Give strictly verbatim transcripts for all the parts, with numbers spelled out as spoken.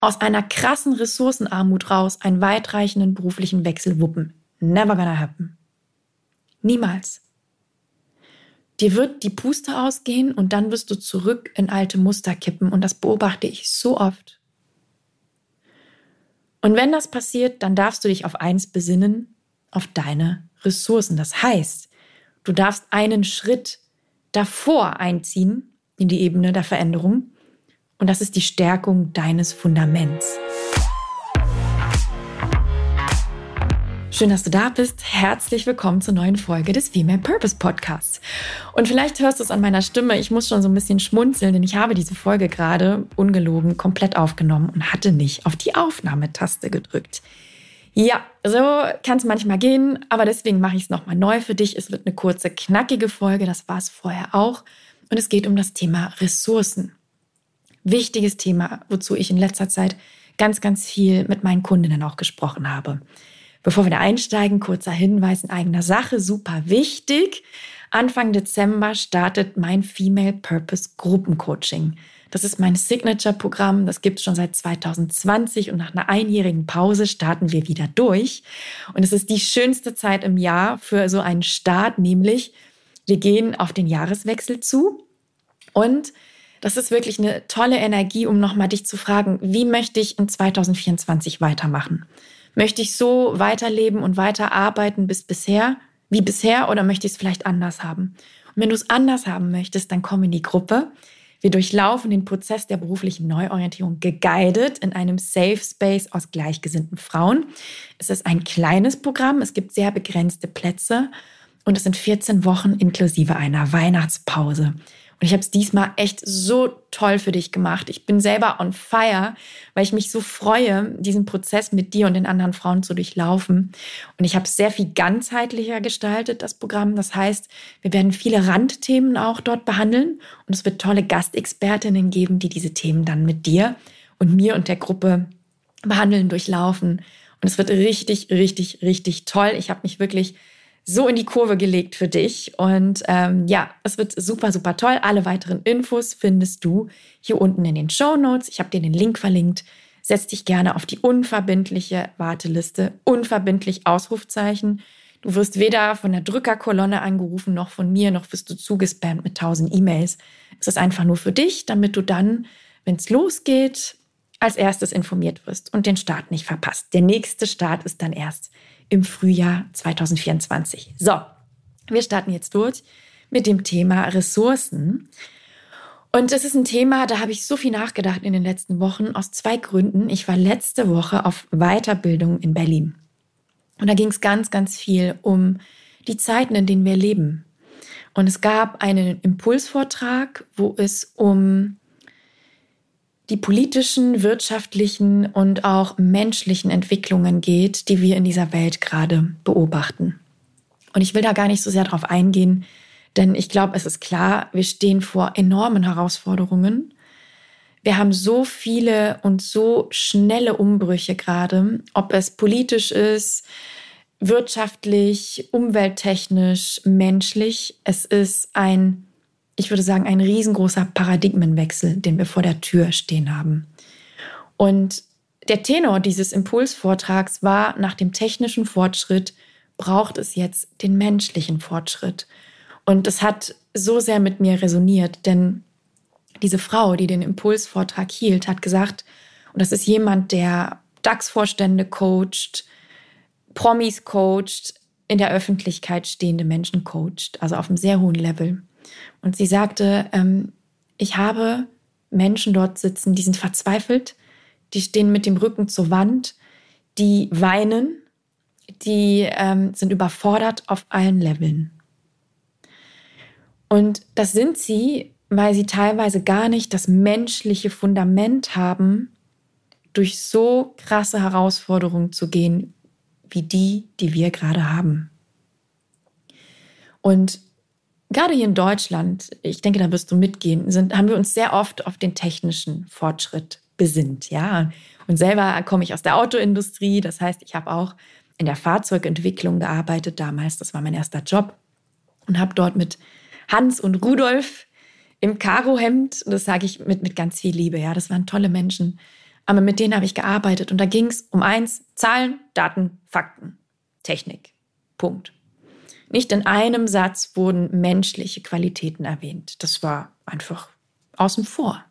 aus einer krassen Ressourcenarmut raus einen weitreichenden beruflichen Wechsel wuppen. Never gonna happen. Niemals. Dir wird die Puste ausgehen und dann wirst du zurück in alte Muster kippen und das beobachte ich so oft. Und wenn das passiert, dann darfst du dich auf eins besinnen, auf deine Ressourcen. Das heißt, du darfst einen Schritt davor einziehen in die Ebene der Veränderung und das ist die Stärkung deines Fundaments. Schön, dass du da bist. Herzlich willkommen zur neuen Folge des Female Purpose Podcasts. Und vielleicht hörst du es an meiner Stimme, ich muss schon so ein bisschen schmunzeln, denn ich habe diese Folge gerade ungelogen komplett aufgenommen und hatte nicht auf die Aufnahmetaste gedrückt. Ja, so kann es manchmal gehen, aber deswegen mache ich es nochmal neu für dich. Es wird eine kurze, knackige Folge, das war es vorher auch. Und es geht um das Thema Ressourcen. Wichtiges Thema, wozu ich in letzter Zeit ganz, ganz viel mit meinen Kundinnen auch gesprochen habe. Bevor wir da einsteigen, kurzer Hinweis in eigener Sache, super wichtig. Anfang Dezember startet mein Female Purpose Gruppencoaching. Das ist mein Signature-Programm, das gibt es schon seit zwanzig zwanzig und nach einer einjährigen Pause starten wir wieder durch. Und es ist die schönste Zeit im Jahr für so einen Start, nämlich wir gehen auf den Jahreswechsel zu und das ist wirklich eine tolle Energie, um nochmal dich zu fragen, wie möchte ich in zwanzig vierundzwanzig weitermachen? Möchte ich so weiterleben und weiterarbeiten bis bisher, wie bisher, oder möchte ich es vielleicht anders haben? Und wenn du es anders haben möchtest, dann komm in die Gruppe. Wir durchlaufen den Prozess der beruflichen Neuorientierung geguidet in einem Safe Space aus gleichgesinnten Frauen. Es ist ein kleines Programm, es gibt sehr begrenzte Plätze und es sind vierzehn Wochen inklusive einer Weihnachtspause. Und ich habe es diesmal echt so toll für dich gemacht. Ich bin selber on fire, weil ich mich so freue, diesen Prozess mit dir und den anderen Frauen zu durchlaufen. Und ich habe es sehr viel ganzheitlicher gestaltet, das Programm. Das heißt, wir werden viele Randthemen auch dort behandeln. Und es wird tolle Gastexpertinnen geben, die diese Themen dann mit dir und mir und der Gruppe behandeln, durchlaufen. Und es wird richtig, richtig, richtig toll. Ich habe mich wirklich so in die Kurve gelegt für dich. Und ähm, ja, es wird super, super toll. Alle weiteren Infos findest du hier unten in den Shownotes. Ich habe dir den Link verlinkt. Setz dich gerne auf die unverbindliche Warteliste. Unverbindlich Ausrufzeichen. Du wirst weder von der Drückerkolonne angerufen, noch von mir, noch wirst du zugespammt mit tausend E-Mails. Es ist einfach nur für dich, damit du dann, wenn es losgeht, als erstes informiert wirst und den Start nicht verpasst. Der nächste Start ist dann erst im Frühjahr zwanzig vierundzwanzig. So, wir starten jetzt durch mit dem Thema Ressourcen. Und das ist ein Thema, da habe ich so viel nachgedacht in den letzten Wochen, aus zwei Gründen. Ich war letzte Woche auf Weiterbildung in Berlin. Und da ging es ganz, ganz viel um die Zeiten, in denen wir leben. Und es gab einen Impulsvortrag, wo es um die politischen, wirtschaftlichen und auch menschlichen Entwicklungen geht, die wir in dieser Welt gerade beobachten. Und ich will da gar nicht so sehr drauf eingehen, denn ich glaube, es ist klar, wir stehen vor enormen Herausforderungen. Wir haben so viele und so schnelle Umbrüche gerade, ob es politisch ist, wirtschaftlich, umwelttechnisch, menschlich. Es ist ein Ich würde sagen, ein riesengroßer Paradigmenwechsel, den wir vor der Tür stehen haben. Und der Tenor dieses Impulsvortrags war, nach dem technischen Fortschritt braucht es jetzt den menschlichen Fortschritt. Und das hat so sehr mit mir resoniert, denn diese Frau, die den Impulsvortrag hielt, hat gesagt, und das ist jemand, der DAX-Vorstände coacht, Promis coacht, in der Öffentlichkeit stehende Menschen coacht, also auf einem sehr hohen Level. Und sie sagte, ähm, ich habe Menschen dort sitzen, die sind verzweifelt, die stehen mit dem Rücken zur Wand, die weinen, die ähm, sind überfordert auf allen Leveln. Und das sind sie, weil sie teilweise gar nicht das menschliche Fundament haben, durch so krasse Herausforderungen zu gehen, wie die, die wir gerade haben. Und gerade hier in Deutschland, ich denke, da wirst du mitgehen, sind, haben wir uns sehr oft auf den technischen Fortschritt besinnt. Ja? Und selber komme ich aus der Autoindustrie, das heißt, ich habe auch in der Fahrzeugentwicklung gearbeitet damals, das war mein erster Job und habe dort mit Hans und Rudolf im Karohemd, und das sage ich mit, mit ganz viel Liebe, ja, das waren tolle Menschen, aber mit denen habe ich gearbeitet. Und da ging es um eins, Zahlen, Daten, Fakten, Technik. Punkt. Nicht in einem Satz wurden menschliche Qualitäten erwähnt. Das war einfach außen vor.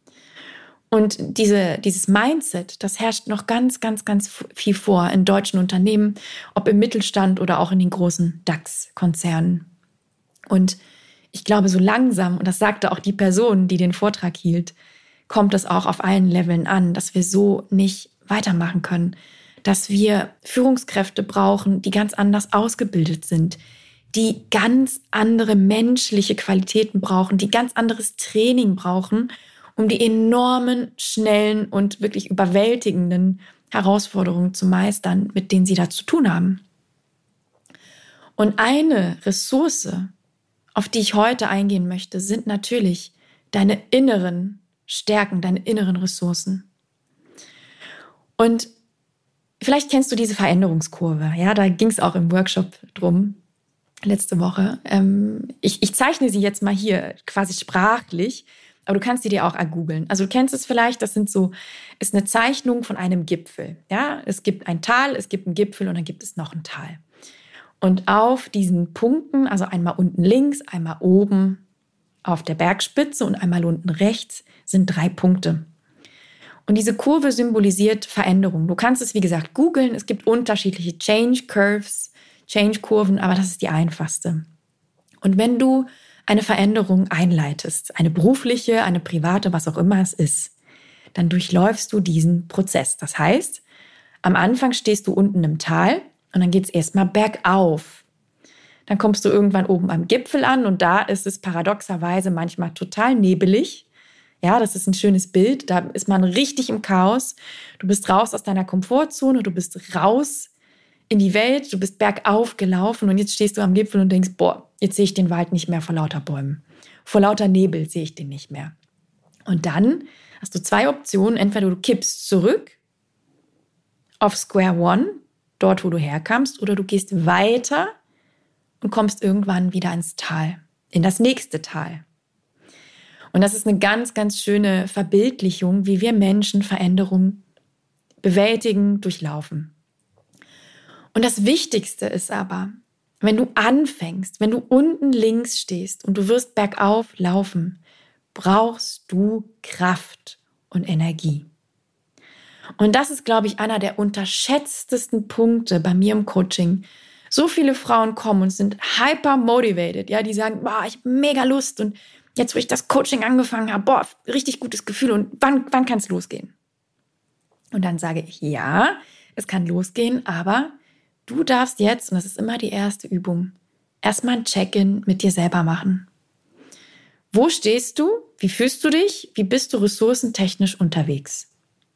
Und diese, dieses Mindset, das herrscht noch ganz, ganz, ganz viel vor in deutschen Unternehmen, ob im Mittelstand oder auch in den großen DAX-Konzernen. Und ich glaube, so langsam, und das sagte auch die Person, die den Vortrag hielt, kommt es auch auf allen Leveln an, dass wir so nicht weitermachen können, dass wir Führungskräfte brauchen, die ganz anders ausgebildet sind, die ganz andere menschliche Qualitäten brauchen, die ganz anderes Training brauchen, um die enormen, schnellen und wirklich überwältigenden Herausforderungen zu meistern, mit denen sie da zu tun haben. Und eine Ressource, auf die ich heute eingehen möchte, sind natürlich deine inneren Stärken, deine inneren Ressourcen. Und vielleicht kennst du diese Veränderungskurve. Ja, da ging es auch im Workshop drum letzte Woche. Ähm, ich, ich zeichne sie jetzt mal hier quasi sprachlich, aber du kannst sie dir auch ergoogeln. Also du kennst es vielleicht, das sind so, ist eine Zeichnung von einem Gipfel. Ja, es gibt ein Tal, es gibt einen Gipfel und dann gibt es noch ein Tal. Und auf diesen Punkten, also einmal unten links, einmal oben auf der Bergspitze und einmal unten rechts, sind drei Punkte. Und diese Kurve symbolisiert Veränderung. Du kannst es, wie gesagt, googeln. Es gibt unterschiedliche Change Curves, Change Kurven, aber das ist die einfachste. Und wenn du eine Veränderung einleitest, eine berufliche, eine private, was auch immer es ist, dann durchläufst du diesen Prozess. Das heißt, am Anfang stehst du unten im Tal und dann geht es erstmal bergauf. Dann kommst du irgendwann oben am Gipfel an und da ist es paradoxerweise manchmal total nebelig. Ja, das ist ein schönes Bild. Da ist man richtig im Chaos. Du bist raus aus deiner Komfortzone, du bist raus in die Welt, du bist bergauf gelaufen und jetzt stehst du am Gipfel und denkst, boah, jetzt sehe ich den Wald nicht mehr vor lauter Bäumen. Vor lauter Nebel sehe ich den nicht mehr. Und dann hast du zwei Optionen. Entweder du kippst zurück auf Square One, dort, wo du herkamst, oder du gehst weiter und kommst irgendwann wieder ins Tal, in das nächste Tal. Und das ist eine ganz, ganz schöne Verbildlichung, wie wir Menschen Veränderungen bewältigen, durchlaufen. Und das Wichtigste ist aber, wenn du anfängst, wenn du unten links stehst und du wirst bergauf laufen, brauchst du Kraft und Energie. Und das ist, glaube ich, einer der unterschätztesten Punkte bei mir im Coaching. So viele Frauen kommen und sind hyper motivated, ja, die sagen, boah, ich habe mega Lust und jetzt, wo ich das Coaching angefangen habe, boah, richtig gutes Gefühl und wann, wann kann es losgehen? Und dann sage ich, ja, es kann losgehen, aber du darfst jetzt, und das ist immer die erste Übung, erstmal ein Check-in mit dir selber machen. Wo stehst du? Wie fühlst du dich? Wie bist du ressourcentechnisch unterwegs?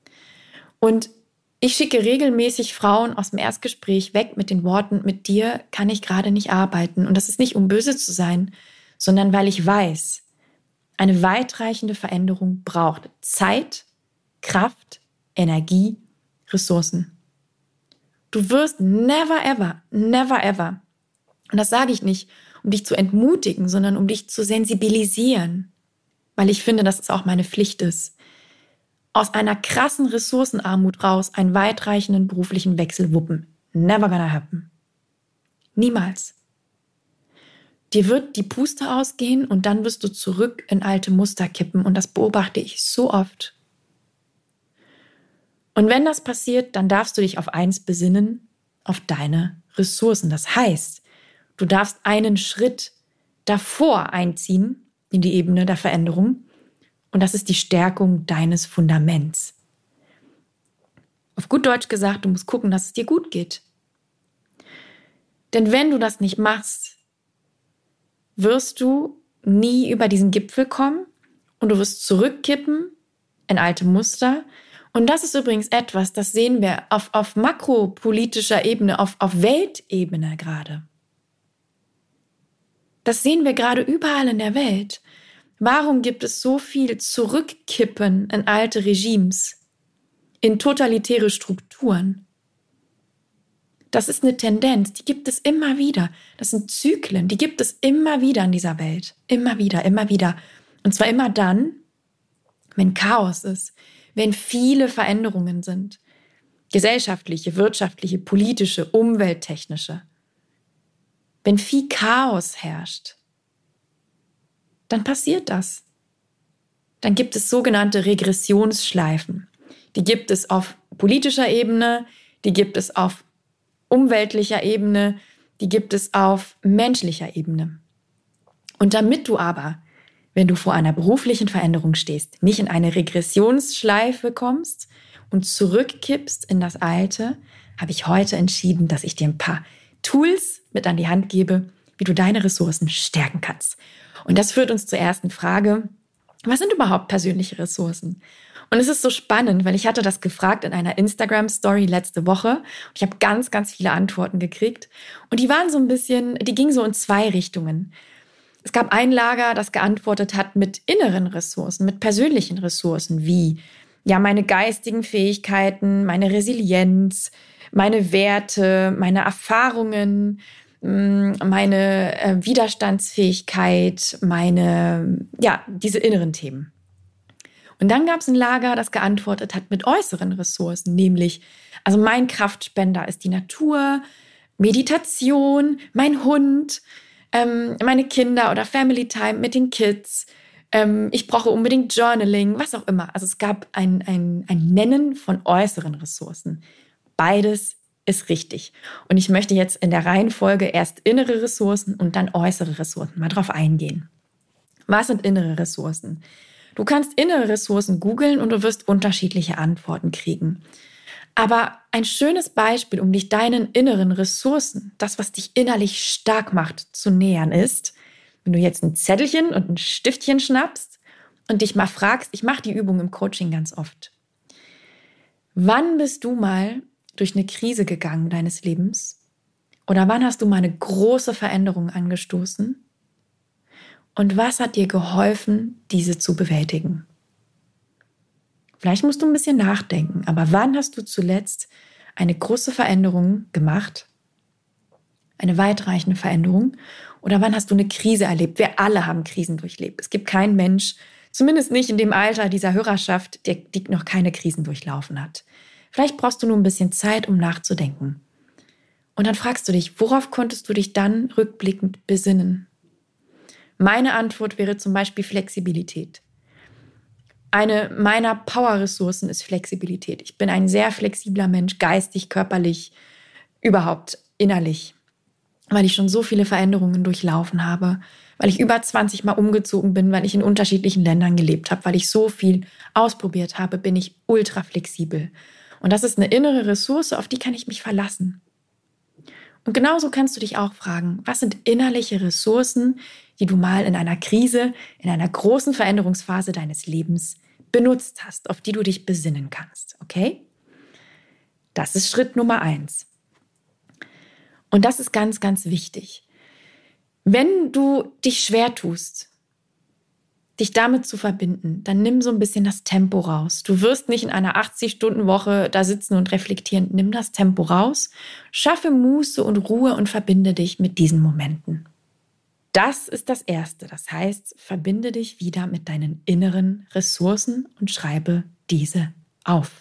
Und ich schicke regelmäßig Frauen aus dem Erstgespräch weg mit den Worten, mit dir kann ich gerade nicht arbeiten. Und das ist nicht, um böse zu sein, sondern weil ich weiß, eine weitreichende Veränderung braucht Zeit, Kraft, Energie, Ressourcen. Du wirst never ever, never ever, und das sage ich nicht, um dich zu entmutigen, sondern um dich zu sensibilisieren, weil ich finde, dass es auch meine Pflicht ist, aus einer krassen Ressourcenarmut raus einen weitreichenden beruflichen Wechsel wuppen. Never gonna happen. Niemals. Dir wird die Puste ausgehen und dann wirst du zurück in alte Muster kippen und das beobachte ich so oft. Und wenn das passiert, dann darfst du dich auf eins besinnen, auf deine Ressourcen. Das heißt, du darfst einen Schritt davor einziehen in die Ebene der Veränderung und das ist die Stärkung deines Fundaments. Auf gut Deutsch gesagt, du musst gucken, dass es dir gut geht. Denn wenn du das nicht machst, wirst du nie über diesen Gipfel kommen und du wirst zurückkippen in alte Muster. Und das ist übrigens etwas, das sehen wir auf, auf makropolitischer Ebene, auf, auf Weltebene gerade. Das sehen wir gerade überall in der Welt. Warum gibt es so viel Zurückkippen in alte Regimes, in totalitäre Strukturen? Das ist eine Tendenz, die gibt es immer wieder. Das sind Zyklen, die gibt es immer wieder in dieser Welt. Immer wieder, immer wieder. Und zwar immer dann, wenn Chaos ist, wenn viele Veränderungen sind. Gesellschaftliche, wirtschaftliche, politische, umwelttechnische. Wenn viel Chaos herrscht, dann passiert das. Dann gibt es sogenannte Regressionsschleifen. Die gibt es auf politischer Ebene, die gibt es auf umweltlicher Ebene, die gibt es auf menschlicher Ebene. Und damit du aber, wenn du vor einer beruflichen Veränderung stehst, nicht in eine Regressionsschleife kommst und zurückkippst in das Alte, habe ich heute entschieden, dass ich dir ein paar Tools mit an die Hand gebe, wie du deine Ressourcen stärken kannst. Und das führt uns zur ersten Frage: Was sind überhaupt persönliche Ressourcen? Und es ist so spannend, weil ich hatte das gefragt in einer Instagram-Story letzte Woche und ich habe ganz, ganz viele Antworten gekriegt. Und die waren so ein bisschen, die gingen so in zwei Richtungen. Es gab ein Lager, das geantwortet hat mit inneren Ressourcen, mit persönlichen Ressourcen, wie ja meine geistigen Fähigkeiten, meine Resilienz, meine Werte, meine Erfahrungen, meine äh, Widerstandsfähigkeit, meine, ja, diese inneren Themen. Und dann gab es ein Lager, das geantwortet hat mit äußeren Ressourcen, nämlich, also mein Kraftspender ist die Natur, Meditation, mein Hund, ähm, meine Kinder oder Family Time mit den Kids, ähm, ich brauche unbedingt Journaling, was auch immer. Also es gab ein, ein, ein Nennen von äußeren Ressourcen. Beides ist richtig. Und ich möchte jetzt in der Reihenfolge erst innere Ressourcen und dann äußere Ressourcen mal drauf eingehen. Was sind innere Ressourcen? Du kannst innere Ressourcen googeln und du wirst unterschiedliche Antworten kriegen. Aber ein schönes Beispiel, um dich deinen inneren Ressourcen, das, was dich innerlich stark macht, zu nähern, ist, wenn du jetzt ein Zettelchen und ein Stiftchen schnappst und dich mal fragst, ich mache die Übung im Coaching ganz oft. Wann bist du mal durch eine Krise gegangen deines Lebens? Oder wann hast du mal eine große Veränderung angestoßen? Und was hat dir geholfen, diese zu bewältigen? Vielleicht musst du ein bisschen nachdenken, aber wann hast du zuletzt eine große Veränderung gemacht? Eine weitreichende Veränderung? Oder wann hast du eine Krise erlebt? Wir alle haben Krisen durchlebt. Es gibt keinen Mensch, zumindest nicht in dem Alter dieser Hörerschaft, der, die noch keine Krisen durchlaufen hat. Vielleicht brauchst du nur ein bisschen Zeit, um nachzudenken. Und dann fragst du dich, worauf konntest du dich dann rückblickend besinnen? Meine Antwort wäre zum Beispiel Flexibilität. Eine meiner Power-Ressourcen ist Flexibilität. Ich bin ein sehr flexibler Mensch, geistig, körperlich, überhaupt innerlich, weil ich schon so viele Veränderungen durchlaufen habe, weil ich über zwanzig Mal umgezogen bin, weil ich in unterschiedlichen Ländern gelebt habe, weil ich so viel ausprobiert habe, bin ich ultra flexibel. Und das ist eine innere Ressource, auf die kann ich mich verlassen. Und genauso kannst du dich auch fragen, was sind innerliche Ressourcen, die du mal in einer Krise, in einer großen Veränderungsphase deines Lebens benutzt hast, auf die du dich besinnen kannst, okay? Das ist Schritt Nummer eins. Und das ist ganz, ganz wichtig. Wenn du dich schwer tust, dich damit zu verbinden, dann nimm so ein bisschen das Tempo raus. Du wirst nicht in einer achtzig-Stunden-Woche da sitzen und reflektieren. Nimm das Tempo raus, schaffe Muße und Ruhe und verbinde dich mit diesen Momenten. Das ist das Erste. Das heißt, verbinde dich wieder mit deinen inneren Ressourcen und schreibe diese auf.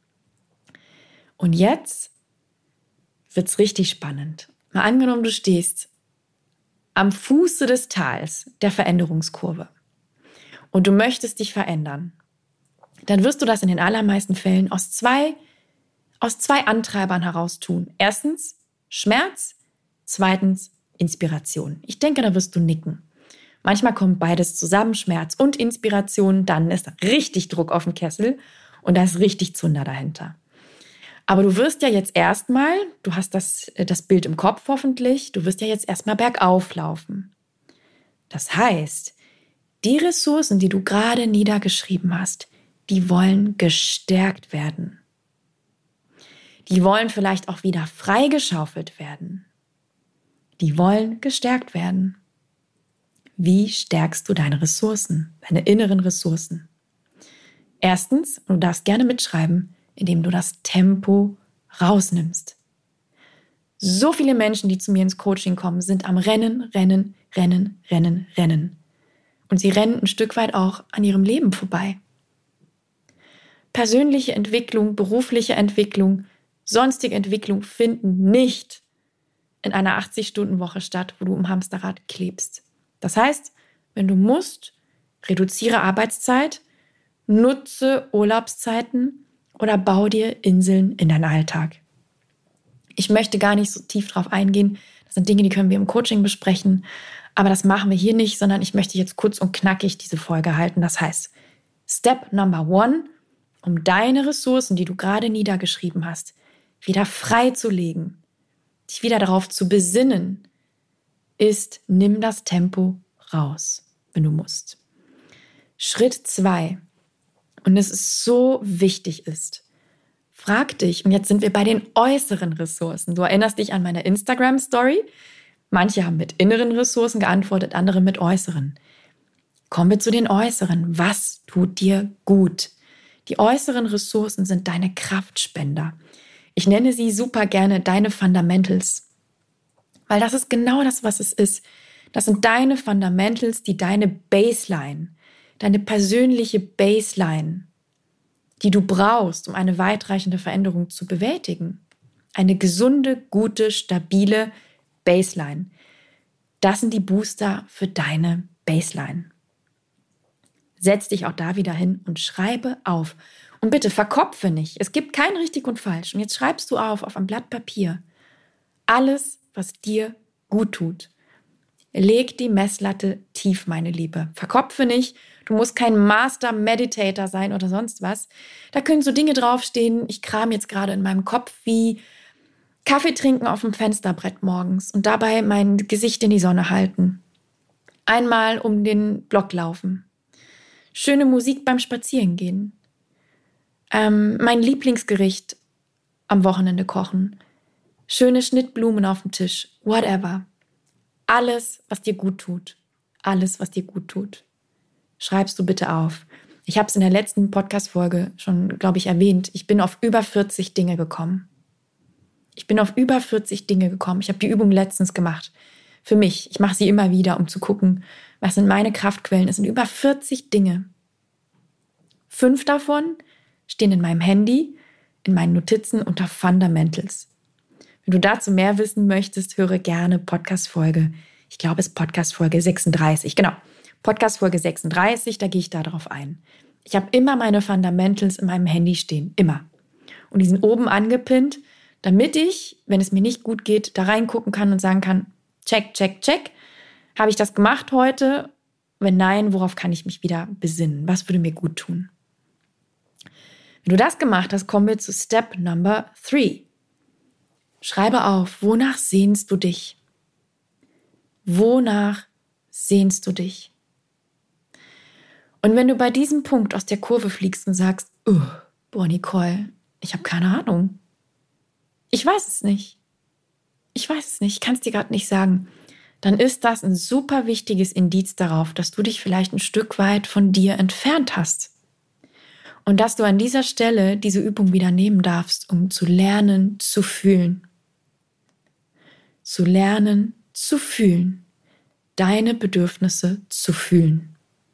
Und jetzt wird's richtig spannend. Mal angenommen, du stehst am Fuße des Tals der Veränderungskurve und du möchtest dich verändern, dann wirst du das in den allermeisten Fällen aus zwei, aus zwei Antreibern heraus tun. Erstens Schmerz, zweitens Inspiration. Ich denke, da wirst du nicken. Manchmal kommt beides zusammen, Schmerz und Inspiration, dann ist richtig Druck auf dem Kessel und da ist richtig Zunder dahinter. Aber du wirst ja jetzt erstmal, du hast das, das Bild im Kopf hoffentlich, du wirst ja jetzt erstmal bergauf laufen. Das heißt, die Ressourcen, die du gerade niedergeschrieben hast, die wollen gestärkt werden. Die wollen vielleicht auch wieder freigeschaufelt werden. Die wollen gestärkt werden. Wie stärkst du deine Ressourcen, deine inneren Ressourcen? Erstens, du darfst gerne mitschreiben, indem du das Tempo rausnimmst. So viele Menschen, die zu mir ins Coaching kommen, sind am Rennen, Rennen, Rennen, Rennen, Rennen. Und sie rennen ein Stück weit auch an ihrem Leben vorbei. Persönliche Entwicklung, berufliche Entwicklung, sonstige Entwicklung finden nicht in einer achtzig-Stunden-Woche statt, wo du im Hamsterrad klebst. Das heißt, wenn du musst, reduziere Arbeitszeit, nutze Urlaubszeiten oder bau dir Inseln in deinen Alltag. Ich möchte gar nicht so tief drauf eingehen. Das sind Dinge, die können wir im Coaching besprechen. Aber das machen wir hier nicht, sondern ich möchte jetzt kurz und knackig diese Folge halten. Das heißt, Step Number One, um deine Ressourcen, die du gerade niedergeschrieben hast, wieder freizulegen, dich wieder darauf zu besinnen, ist, nimm das Tempo raus, wenn du musst. Schritt zwei, und es ist so wichtig ist, frag dich, und jetzt sind wir bei den äußeren Ressourcen. Du erinnerst dich an meine Instagram-Story? Manche haben mit inneren Ressourcen geantwortet, andere mit äußeren. Kommen wir zu den äußeren. Was tut dir gut? Die äußeren Ressourcen sind deine Kraftspender. Ich nenne sie super gerne deine Fundamentals, weil das ist genau das, was es ist. Das sind deine Fundamentals, die deine Baseline, deine persönliche Baseline, die du brauchst, um eine weitreichende Veränderung zu bewältigen. Eine gesunde, gute, stabile Baseline. Das sind die Booster für deine Baseline. Setz dich auch da wieder hin und schreibe auf. Und bitte verkopfe nicht. Es gibt kein richtig und falsch. Und jetzt schreibst du auf, auf ein Blatt Papier, alles, was dir gut tut. Leg die Messlatte tief, meine Liebe. Verkopfe nicht. Du musst kein Master Meditator sein oder sonst was. Da können so Dinge draufstehen. Ich kram jetzt gerade in meinem Kopf wie Kaffee trinken auf dem Fensterbrett morgens und dabei mein Gesicht in die Sonne halten. Einmal um den Block laufen. Schöne Musik beim Spazierengehen. Ähm, mein Lieblingsgericht am Wochenende kochen. Schöne Schnittblumen auf dem Tisch. Whatever. Alles, was dir gut tut. Alles, was dir gut tut. Schreibst du bitte auf. Ich habe es in der letzten Podcast-Folge schon, glaube ich, erwähnt. Ich bin auf über vierzig Dinge gekommen. Ich bin auf über vierzig Dinge gekommen. Ich habe die Übung letztens gemacht. Für mich. Ich mache sie immer wieder, um zu gucken, was sind meine Kraftquellen. Es sind über vierzig Dinge. Fünf davon stehen in meinem Handy, in meinen Notizen unter Fundamentals. Wenn du dazu mehr wissen möchtest, höre gerne Podcast-Folge. Ich glaube, es ist Podcast-Folge sechsunddreißig. Genau, Podcast-Folge sechsunddreißig, da gehe ich da drauf ein. Ich habe immer meine Fundamentals in meinem Handy stehen. Immer. Und die sind oben angepinnt, damit ich, wenn es mir nicht gut geht, da reingucken kann und sagen kann, check, check, check. Habe ich das gemacht heute? Wenn nein, worauf kann ich mich wieder besinnen? Was würde mir gut tun? Wenn du das gemacht hast, kommen wir zu Step Number Three. Schreibe auf, wonach sehnst du dich? Wonach sehnst du dich? Und wenn du bei diesem Punkt aus der Kurve fliegst und sagst, oh, boah, Nicole, ich habe keine Ahnung. Ich weiß es nicht. Ich weiß es nicht, ich kann es dir gerade nicht sagen. Dann ist das ein super wichtiges Indiz darauf, dass du dich vielleicht ein Stück weit von dir entfernt hast. Und dass du an dieser Stelle diese Übung wieder nehmen darfst, um zu lernen, zu fühlen. Zu lernen, zu fühlen. Deine Bedürfnisse zu fühlen.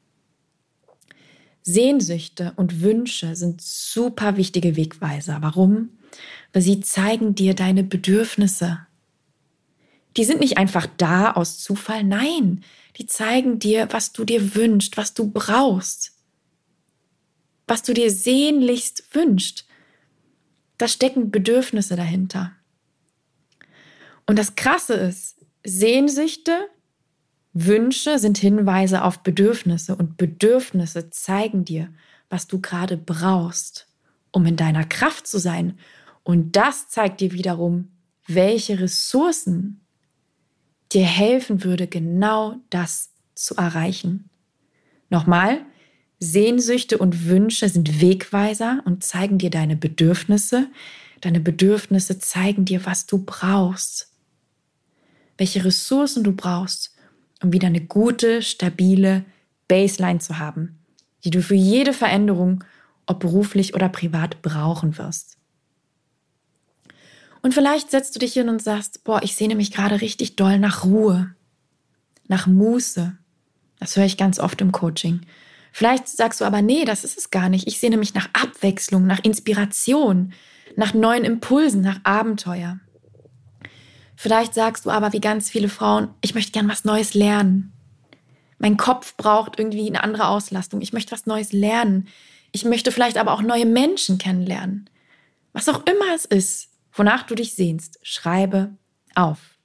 Sehnsüchte und Wünsche sind super wichtige Wegweiser. Warum? Weil sie zeigen dir deine Bedürfnisse. Die sind nicht einfach da aus Zufall, nein, die zeigen dir, was du dir wünschst, was du brauchst, was du dir sehnlichst wünschst. Da stecken Bedürfnisse dahinter. Und das Krasse ist, Sehnsüchte, Wünsche sind Hinweise auf Bedürfnisse und Bedürfnisse zeigen dir, was du gerade brauchst, um in deiner Kraft zu sein. Und das zeigt dir wiederum, welche Ressourcen dir helfen würde, genau das zu erreichen. Nochmal, Sehnsüchte und Wünsche sind Wegweiser und zeigen dir deine Bedürfnisse. Deine Bedürfnisse zeigen dir, was du brauchst, welche Ressourcen du brauchst, um wieder eine gute, stabile Baseline zu haben, die du für jede Veränderung, ob beruflich oder privat, brauchen wirst. Und vielleicht setzt du dich hin und sagst, boah, ich sehne mich gerade richtig doll nach Ruhe, nach Muße. Das höre ich ganz oft im Coaching. Vielleicht sagst du aber, nee, das ist es gar nicht. Ich sehne mich nach Abwechslung, nach Inspiration, nach neuen Impulsen, nach Abenteuer. Vielleicht sagst du aber, wie ganz viele Frauen, ich möchte gern was Neues lernen. Mein Kopf braucht irgendwie eine andere Auslastung. Ich möchte was Neues lernen. Ich möchte vielleicht aber auch neue Menschen kennenlernen. Was auch immer es ist, wonach du dich sehnst, schreibe auf.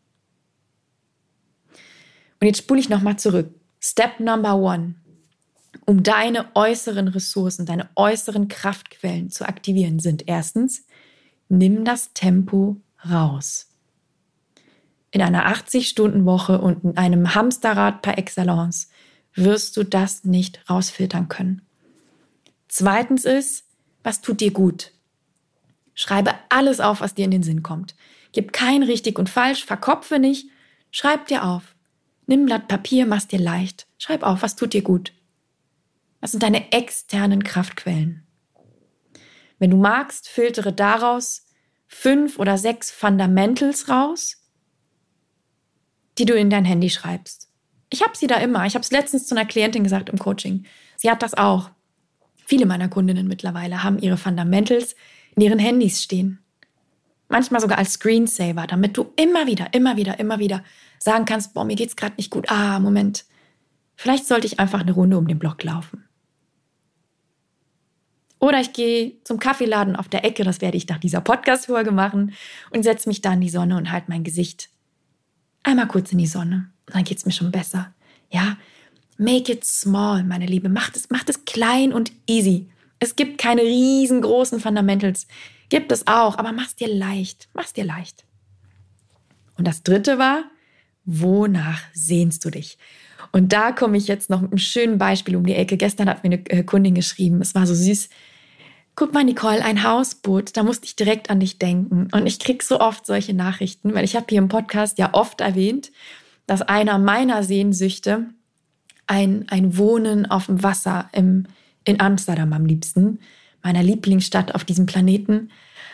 Und jetzt spule ich nochmal zurück. Step number one. Um deine äußeren Ressourcen, deine äußeren Kraftquellen zu aktivieren, sind erstens, nimm das Tempo raus. In einer achtzig-Stunden-Woche und in einem Hamsterrad par excellence wirst du das nicht rausfiltern können. Zweitens ist, was tut dir gut? Schreibe alles auf, was dir in den Sinn kommt. Gib kein richtig und falsch, verkopfe nicht, schreib dir auf. Nimm ein Blatt Papier, mach's dir leicht. Schreib auf, was tut dir gut. Was sind deine externen Kraftquellen? Wenn du magst, filtere daraus fünf oder sechs Fundamentals raus, die du in dein Handy schreibst. Ich habe sie da immer. Ich habe es letztens zu einer Klientin gesagt im Coaching. Sie hat das auch. Viele meiner Kundinnen mittlerweile haben ihre Fundamentals in ihren Handys stehen. Manchmal sogar als Screensaver, damit du immer wieder, immer wieder, immer wieder sagen kannst, boah, mir geht's gerade nicht gut. Ah, Moment. Vielleicht sollte ich einfach eine Runde um den Block laufen. Oder ich gehe zum Kaffeeladen auf der Ecke, das werde ich nach dieser Podcast-Folge machen, und setze mich da in die Sonne und halte mein Gesicht einmal kurz in die Sonne. Und dann geht's mir schon besser. Ja, make it small, meine Liebe. Macht es, macht es klein und easy. Es gibt keine riesengroßen Fundamentals. Gibt es auch, aber mach's dir leicht. Mach's dir leicht. Und das dritte war, wonach sehnst du dich? Und da komme ich jetzt noch mit einem schönen Beispiel um die Ecke. Gestern hat mir eine Kundin geschrieben, es war so süß. Guck mal, Nicole, ein Hausboot, da musste ich direkt an dich denken. Und ich kriege so oft solche Nachrichten, weil ich habe hier im Podcast ja oft erwähnt, dass einer meiner Sehnsüchte ein, ein Wohnen auf dem Wasser im, in Amsterdam am liebsten, meiner Lieblingsstadt auf diesem Planeten.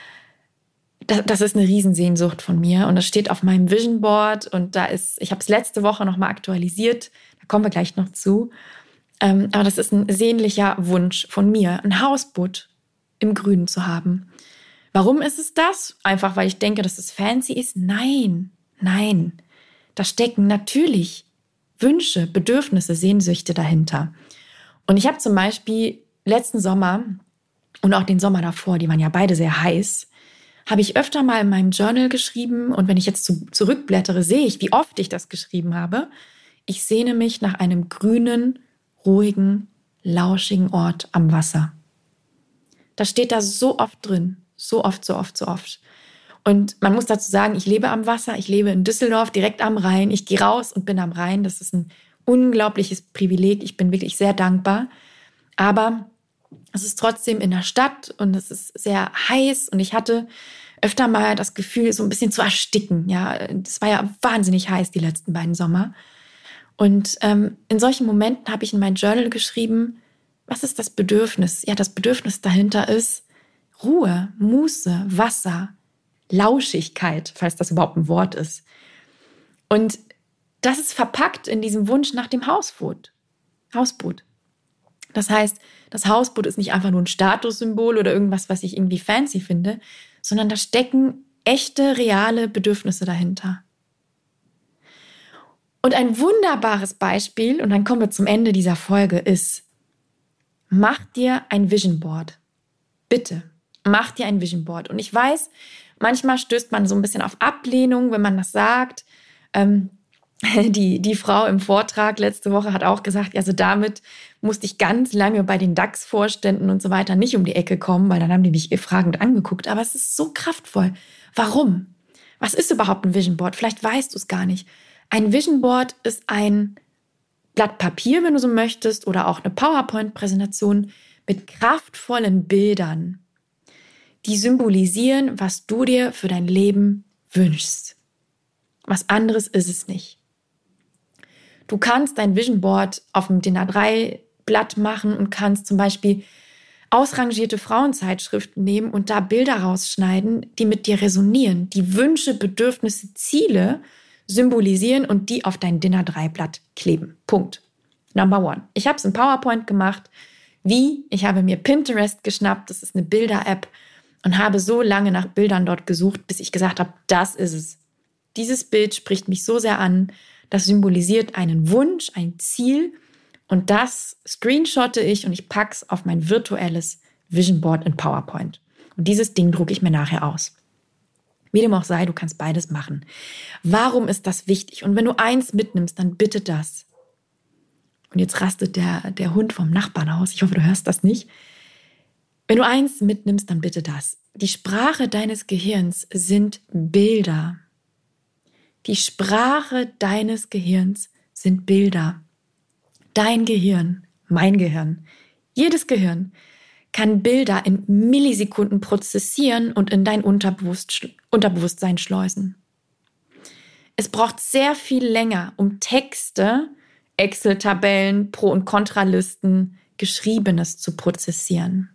Das, das ist eine Riesensehnsucht von mir und das steht auf meinem Vision Board und da ist, ich habe es letzte Woche nochmal aktualisiert, da kommen wir gleich noch zu. Ähm, aber das ist ein sehnlicher Wunsch von mir, ein Hausboot im Grünen zu haben. Warum ist es das? Einfach, weil ich denke, dass es fancy ist? Nein, nein. Da stecken natürlich Wünsche, Bedürfnisse, Sehnsüchte dahinter. Und ich habe zum Beispiel letzten Sommer und auch den Sommer davor, die waren ja beide sehr heiß, habe ich öfter mal in meinem Journal geschrieben. Und wenn ich jetzt zu, zurückblättere, sehe ich, wie oft ich das geschrieben habe. Ich sehne mich nach einem grünen, ruhigen, lauschigen Ort am Wasser. Das steht da so oft drin. So oft, so oft, so oft. Und man muss dazu sagen, ich lebe am Wasser. Ich lebe in Düsseldorf, direkt am Rhein. Ich gehe raus und bin am Rhein. Das ist ein unglaubliches Privileg. Ich bin wirklich sehr dankbar. Aber es ist trotzdem in der Stadt und es ist sehr heiß. Und ich hatte öfter mal das Gefühl, so ein bisschen zu ersticken. Ja, es war ja wahnsinnig heiß die letzten beiden Sommer. Und ähm, in solchen Momenten habe ich in mein Journal geschrieben, was ist das Bedürfnis? Ja, das Bedürfnis dahinter ist Ruhe, Muße, Wasser, Lauschigkeit, falls das überhaupt ein Wort ist. Und das ist verpackt in diesem Wunsch nach dem Hausboot. Hausboot. Das heißt, das Hausboot ist nicht einfach nur ein Statussymbol oder irgendwas, was ich irgendwie fancy finde, sondern da stecken echte, reale Bedürfnisse dahinter. Und ein wunderbares Beispiel, und dann kommen wir zum Ende dieser Folge, ist, mach dir ein Vision Board. Bitte, mach dir ein Vision Board. Und ich weiß, manchmal stößt man so ein bisschen auf Ablehnung, wenn man das sagt. Ähm, die, die Frau im Vortrag letzte Woche hat auch gesagt, also damit musste ich ganz lange bei den DAX-Vorständen und so weiter nicht um die Ecke kommen, weil dann haben die mich fragend angeguckt. Aber es ist so kraftvoll. Warum? Was ist überhaupt ein Vision Board? Vielleicht weißt du es gar nicht. Ein Vision Board ist ein Blatt Papier, wenn du so möchtest, oder auch eine PowerPoint-Präsentation mit kraftvollen Bildern, die symbolisieren, was du dir für dein Leben wünschst. Was anderes ist es nicht. Du kannst dein Vision Board auf dem D I N A drei Blatt machen und kannst zum Beispiel ausrangierte Frauenzeitschriften nehmen und da Bilder rausschneiden, die mit dir resonieren, die Wünsche, Bedürfnisse, Ziele symbolisieren und die auf dein D I N A drei Blatt kleben. Punkt. Number one. Ich habe es in PowerPoint gemacht. Wie? Ich habe mir Pinterest geschnappt. Das ist eine Bilder-App. Und habe so lange nach Bildern dort gesucht, bis ich gesagt habe, das ist es. Dieses Bild spricht mich so sehr an. Das symbolisiert einen Wunsch, ein Ziel. Und das screenshotte ich und ich packe es auf mein virtuelles Vision Board in PowerPoint. Und dieses Ding drucke ich mir nachher aus. Wie dem auch sei, du kannst beides machen. Warum ist das wichtig? Und wenn du eins mitnimmst, dann bitte das. Und jetzt rastet der, der Hund vom Nachbarn aus. Ich hoffe, du hörst das nicht. Wenn du eins mitnimmst, dann bitte das. Die Sprache deines Gehirns sind Bilder. Die Sprache deines Gehirns sind Bilder. Dein Gehirn, mein Gehirn, jedes Gehirn kann Bilder in Millisekunden prozessieren und in dein Unterbewusst- Unterbewusstsein schleusen. Es braucht sehr viel länger, um Texte, Excel-Tabellen, Pro- und Kontralisten, Geschriebenes zu prozessieren.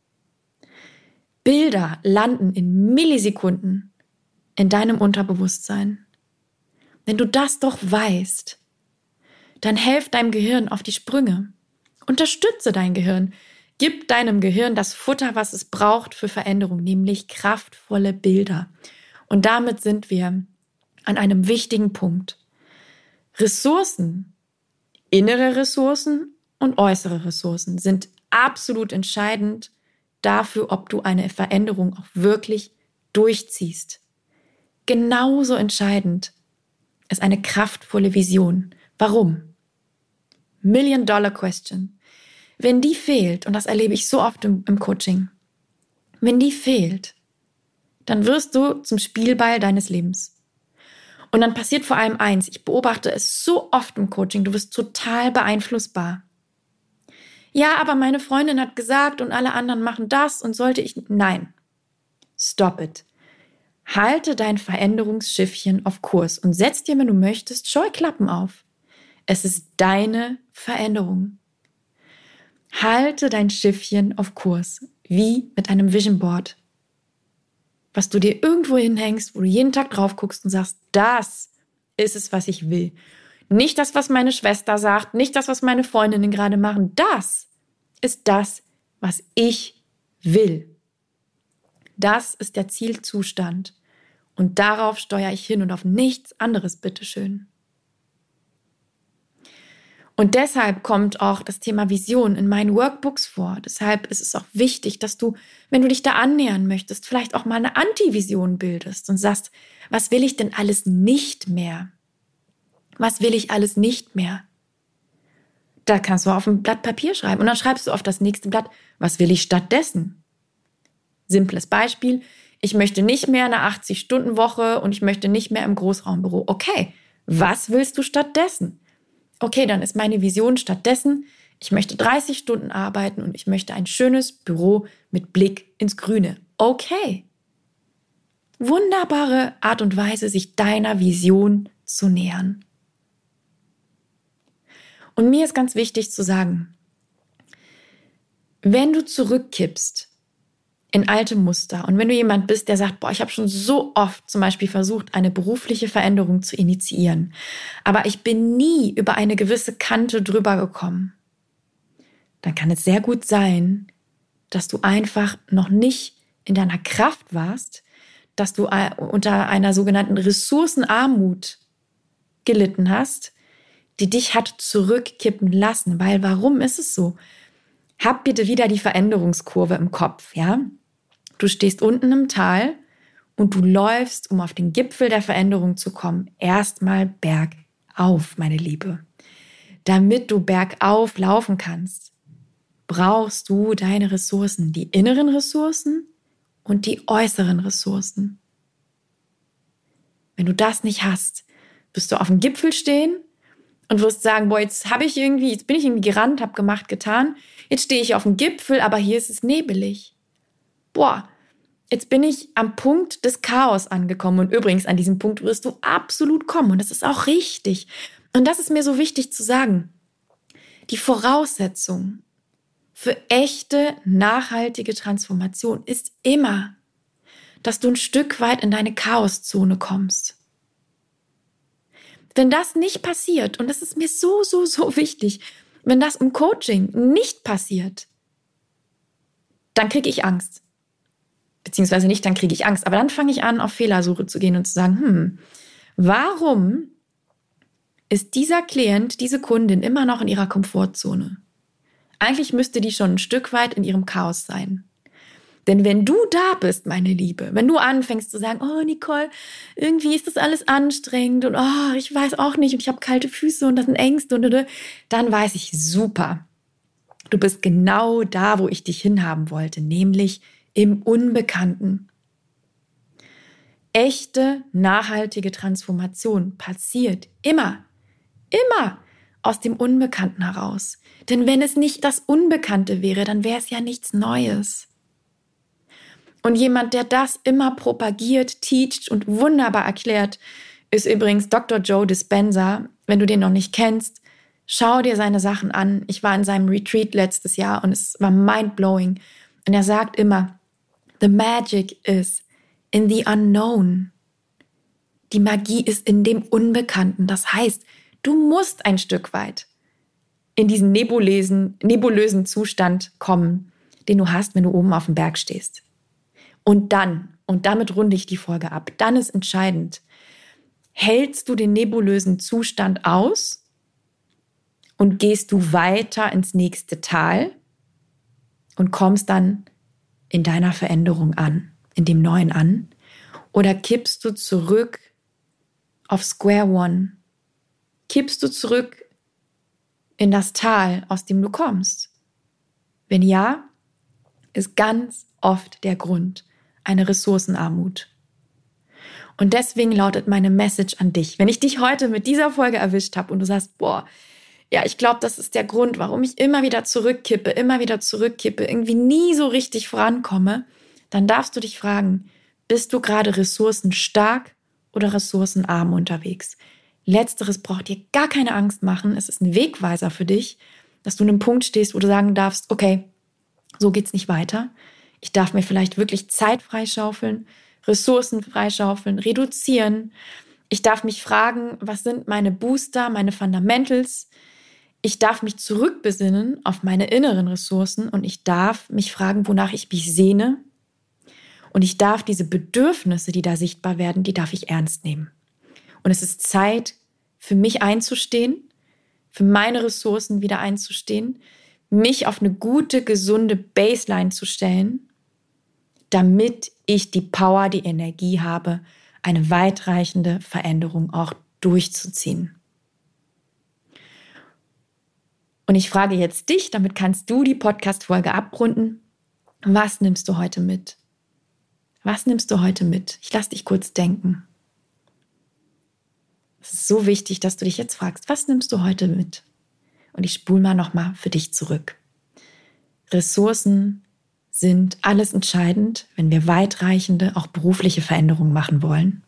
Bilder landen in Millisekunden in deinem Unterbewusstsein. Wenn du das doch weißt, dann helf deinem Gehirn auf die Sprünge. Unterstütze dein Gehirn. Gib deinem Gehirn das Futter, was es braucht für Veränderung, nämlich kraftvolle Bilder. Und damit sind wir an einem wichtigen Punkt. Ressourcen, innere Ressourcen und äußere Ressourcen sind absolut entscheidend dafür, ob du eine Veränderung auch wirklich durchziehst. Genauso entscheidend ist eine kraftvolle Vision. Warum? Million Dollar Question. Wenn die fehlt, und das erlebe ich so oft im, im Coaching, wenn die fehlt, dann wirst du zum Spielball deines Lebens. Und dann passiert vor allem eins, ich beobachte es so oft im Coaching, du wirst total beeinflussbar. Ja, aber meine Freundin hat gesagt und alle anderen machen das und sollte ich... Nein, stop it. Halte dein Veränderungsschiffchen auf Kurs und setz dir, wenn du möchtest, Scheuklappen auf. Es ist deine Veränderung. Halte dein Schiffchen auf Kurs, wie mit einem Vision Board, was du dir irgendwo hinhängst, wo du jeden Tag drauf guckst und sagst, das ist es, was ich will. Nicht das, was meine Schwester sagt, nicht das, was meine Freundinnen gerade machen. Das ist das, was ich will. Das ist der Zielzustand. Und darauf steuere ich hin und auf nichts anderes, bitteschön. Und deshalb kommt auch das Thema Vision in meinen Workbooks vor. Deshalb ist es auch wichtig, dass du, wenn du dich da annähern möchtest, vielleicht auch mal eine Anti-Vision bildest und sagst, was will ich denn alles nicht mehr? Was will ich alles nicht mehr? Da kannst du auf ein Blatt Papier schreiben und dann schreibst du auf das nächste Blatt, was will ich stattdessen? Simples Beispiel, ich möchte nicht mehr eine achtzig-Stunden-Woche und ich möchte nicht mehr im Großraumbüro. Okay, was willst du stattdessen? Okay, dann ist meine Vision stattdessen, ich möchte dreißig Stunden arbeiten und ich möchte ein schönes Büro mit Blick ins Grüne. Okay. Wunderbare Art und Weise, sich deiner Vision zu nähern. Und mir ist ganz wichtig zu sagen, wenn du zurückkippst in alte Muster und wenn du jemand bist, der sagt, boah, ich habe schon so oft zum Beispiel versucht, eine berufliche Veränderung zu initiieren, aber ich bin nie über eine gewisse Kante drüber gekommen, dann kann es sehr gut sein, dass du einfach noch nicht in deiner Kraft warst, dass du unter einer sogenannten Ressourcenarmut gelitten hast, die dich hat zurückkippen lassen. Weil warum ist es so? Hab bitte wieder die Veränderungskurve im Kopf, ja? Du stehst unten im Tal und du läufst, um auf den Gipfel der Veränderung zu kommen, erstmal bergauf, meine Liebe. Damit du bergauf laufen kannst, brauchst du deine Ressourcen, die inneren Ressourcen und die äußeren Ressourcen. Wenn du das nicht hast, wirst du auf dem Gipfel stehen und wirst sagen, boah, jetzt habe ich irgendwie, jetzt bin ich irgendwie gerannt, habe gemacht, getan. Jetzt stehe ich auf dem Gipfel, aber hier ist es nebelig. Boah, jetzt bin ich am Punkt des Chaos angekommen. Und übrigens, an diesem Punkt wirst du absolut kommen. Und das ist auch richtig. Und das ist mir so wichtig zu sagen. Die Voraussetzung für echte, nachhaltige Transformation ist immer, dass du ein Stück weit in deine Chaoszone kommst. Wenn das nicht passiert, und das ist mir so, so, so wichtig, Wenn das im Coaching nicht passiert, dann kriege ich Angst. Beziehungsweise nicht, dann kriege ich Angst. Aber dann fange ich an, auf Fehlersuche zu gehen und zu sagen, hm, warum ist dieser Klient, diese Kundin immer noch in ihrer Komfortzone? Eigentlich müsste die schon ein Stück weit in ihrem Chaos sein. Denn wenn du da bist, meine Liebe, wenn du anfängst zu sagen, oh Nicole, irgendwie ist das alles anstrengend und oh, ich weiß auch nicht und ich habe kalte Füße und das sind Ängste und, und, und, dann weiß ich, super. Du bist genau da, wo ich dich hinhaben wollte, nämlich im Unbekannten. Echte, nachhaltige Transformation passiert immer, immer aus dem Unbekannten heraus. Denn wenn es nicht das Unbekannte wäre, dann wäre es ja nichts Neues. Und jemand, der das immer propagiert, teacht und wunderbar erklärt, ist übrigens Doktor Joe Dispenza. Wenn du den noch nicht kennst, schau dir seine Sachen an. Ich war in seinem Retreat letztes Jahr und es war mindblowing. Und er sagt immer, the magic is in the unknown. Die Magie ist in dem Unbekannten. Das heißt, du musst ein Stück weit in diesen nebulösen, nebulösen Zustand kommen, den du hast, wenn du oben auf dem Berg stehst. Und dann, und damit runde ich die Folge ab, dann ist entscheidend, hältst du den nebulösen Zustand aus und gehst du weiter ins nächste Tal und kommst dann in deiner Veränderung an, in dem Neuen an, oder kippst du zurück auf Square One? Kippst du zurück in das Tal, aus dem du kommst? Wenn ja, ist ganz oft der Grund eine Ressourcenarmut. Und deswegen lautet meine Message an dich. Wenn ich dich heute mit dieser Folge erwischt habe und du sagst, boah, ja, ich glaube, das ist der Grund, warum ich immer wieder zurückkippe, immer wieder zurückkippe, irgendwie nie so richtig vorankomme, dann darfst du dich fragen, bist du gerade ressourcenstark oder ressourcenarm unterwegs? Letzteres braucht dir gar keine Angst machen. Es ist ein Wegweiser für dich, dass du an einem Punkt stehst, wo du sagen darfst, okay, so geht's nicht weiter. Ich darf mir vielleicht wirklich Zeit freischaufeln, Ressourcen freischaufeln, reduzieren. Ich darf mich fragen, was sind meine Booster, meine Fundamentals? Ich darf mich zurückbesinnen auf meine inneren Ressourcen und ich darf mich fragen, wonach ich mich sehne. Und ich darf diese Bedürfnisse, die da sichtbar werden, die darf ich ernst nehmen. Und es ist Zeit, für mich einzustehen, für meine Ressourcen wieder einzustehen, mich auf eine gute, gesunde Baseline zu stellen, damit ich die Power, die Energie habe, eine weitreichende Veränderung auch durchzuziehen. Und ich frage jetzt dich, damit kannst du die Podcast-Folge abrunden. Was nimmst du heute mit? Was nimmst du heute mit? Ich lasse dich kurz denken. Es ist so wichtig, dass du dich jetzt fragst, was nimmst du heute mit? Und ich spule mal nochmal für dich zurück. Ressourcen sind alles entscheidend, wenn wir weitreichende, auch berufliche Veränderungen machen wollen.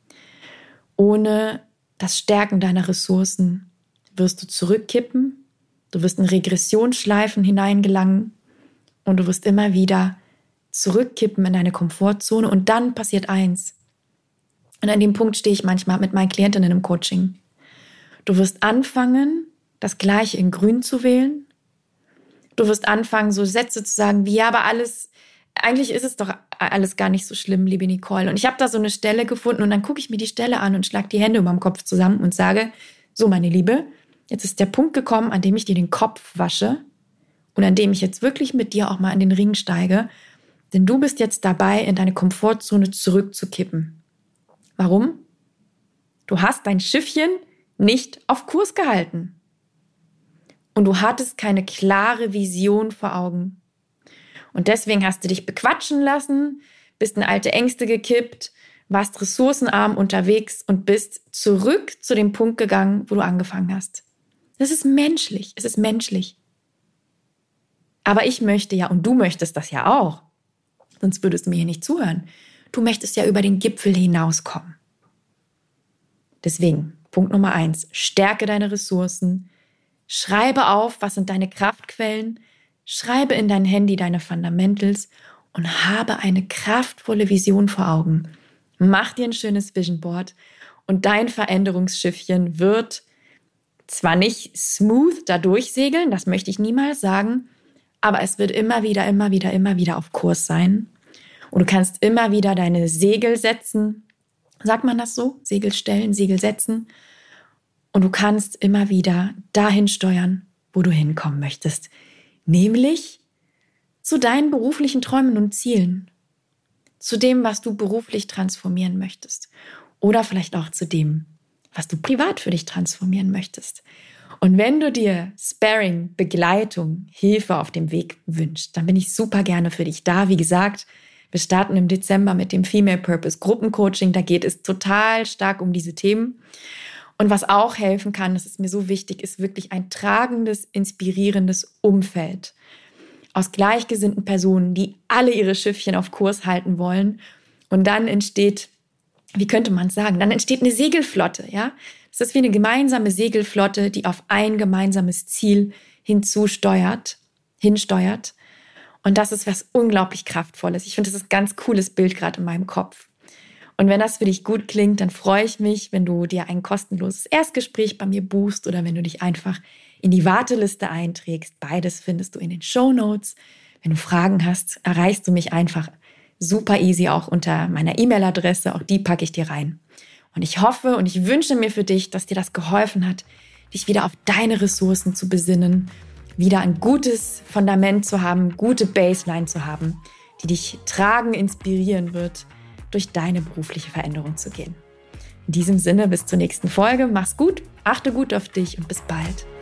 Ohne das Stärken deiner Ressourcen wirst du zurückkippen, du wirst in Regressionsschleifen hineingelangen und du wirst immer wieder zurückkippen in deine Komfortzone und dann passiert eins. Und an dem Punkt stehe ich manchmal mit meinen Klientinnen im Coaching. Du wirst anfangen, das Gleiche in Grün zu wählen. Du wirst anfangen, so Sätze zu sagen wie, ja, aber alles, eigentlich ist es doch alles gar nicht so schlimm, liebe Nicole. Und ich habe da so eine Stelle gefunden und dann gucke ich mir die Stelle an und schlage die Hände über dem Kopf zusammen und sage, so meine Liebe, jetzt ist der Punkt gekommen, an dem ich dir den Kopf wasche und an dem ich jetzt wirklich mit dir auch mal in den Ring steige, denn du bist jetzt dabei, in deine Komfortzone zurückzukippen. Warum? Du hast dein Schiffchen nicht auf Kurs gehalten. Und du hattest keine klare Vision vor Augen. Und deswegen hast du dich bequatschen lassen, bist in alte Ängste gekippt, warst ressourcenarm unterwegs und bist zurück zu dem Punkt gegangen, wo du angefangen hast. Das ist menschlich, es ist menschlich. Aber ich möchte ja, und du möchtest das ja auch, sonst würdest du mir hier nicht zuhören, du möchtest ja über den Gipfel hinauskommen. Deswegen, Punkt Nummer eins, stärke deine Ressourcen, schreibe auf, was sind deine Kraftquellen, schreibe in dein Handy deine Fundamentals und habe eine kraftvolle Vision vor Augen. Mach dir ein schönes Vision Board und dein Veränderungsschiffchen wird zwar nicht smooth da durchsegeln, das möchte ich niemals sagen, aber es wird immer wieder, immer wieder, immer wieder auf Kurs sein. Und du kannst immer wieder deine Segel setzen. Sagt man das so? Segel stellen, Segel setzen. Und du kannst immer wieder dahin steuern, wo du hinkommen möchtest. Nämlich zu deinen beruflichen Träumen und Zielen. Zu dem, was du beruflich transformieren möchtest. Oder vielleicht auch zu dem, was du privat für dich transformieren möchtest. Und wenn du dir Sparring, Begleitung, Hilfe auf dem Weg wünschst, dann bin ich super gerne für dich da. Wie gesagt, wir starten im Dezember mit dem Female Purpose Gruppencoaching. Da geht es total stark um diese Themen. Und was auch helfen kann, das ist mir so wichtig, ist wirklich ein tragendes, inspirierendes Umfeld aus gleichgesinnten Personen, die alle ihre Schiffchen auf Kurs halten wollen. Und dann entsteht, wie könnte man es sagen, dann entsteht eine Segelflotte, ja? Das ist wie eine gemeinsame Segelflotte, die auf ein gemeinsames Ziel hinzusteuert, hinsteuert. Und das ist was unglaublich Kraftvolles. Ich finde, das ist ein ganz cooles Bild gerade in meinem Kopf. Und wenn das für dich gut klingt, dann freue ich mich, wenn du dir ein kostenloses Erstgespräch bei mir buchst oder wenn du dich einfach in die Warteliste einträgst. Beides findest du in den Shownotes. Wenn du Fragen hast, erreichst du mich einfach super easy auch unter meiner E-Mail-Adresse. Auch die packe ich dir rein. Und ich hoffe und ich wünsche mir für dich, dass dir das geholfen hat, dich wieder auf deine Ressourcen zu besinnen, wieder ein gutes Fundament zu haben, gute Baseline zu haben, die dich tragen, inspirieren wird, durch deine berufliche Veränderung zu gehen. In diesem Sinne, bis zur nächsten Folge. Mach's gut, achte gut auf dich und bis bald.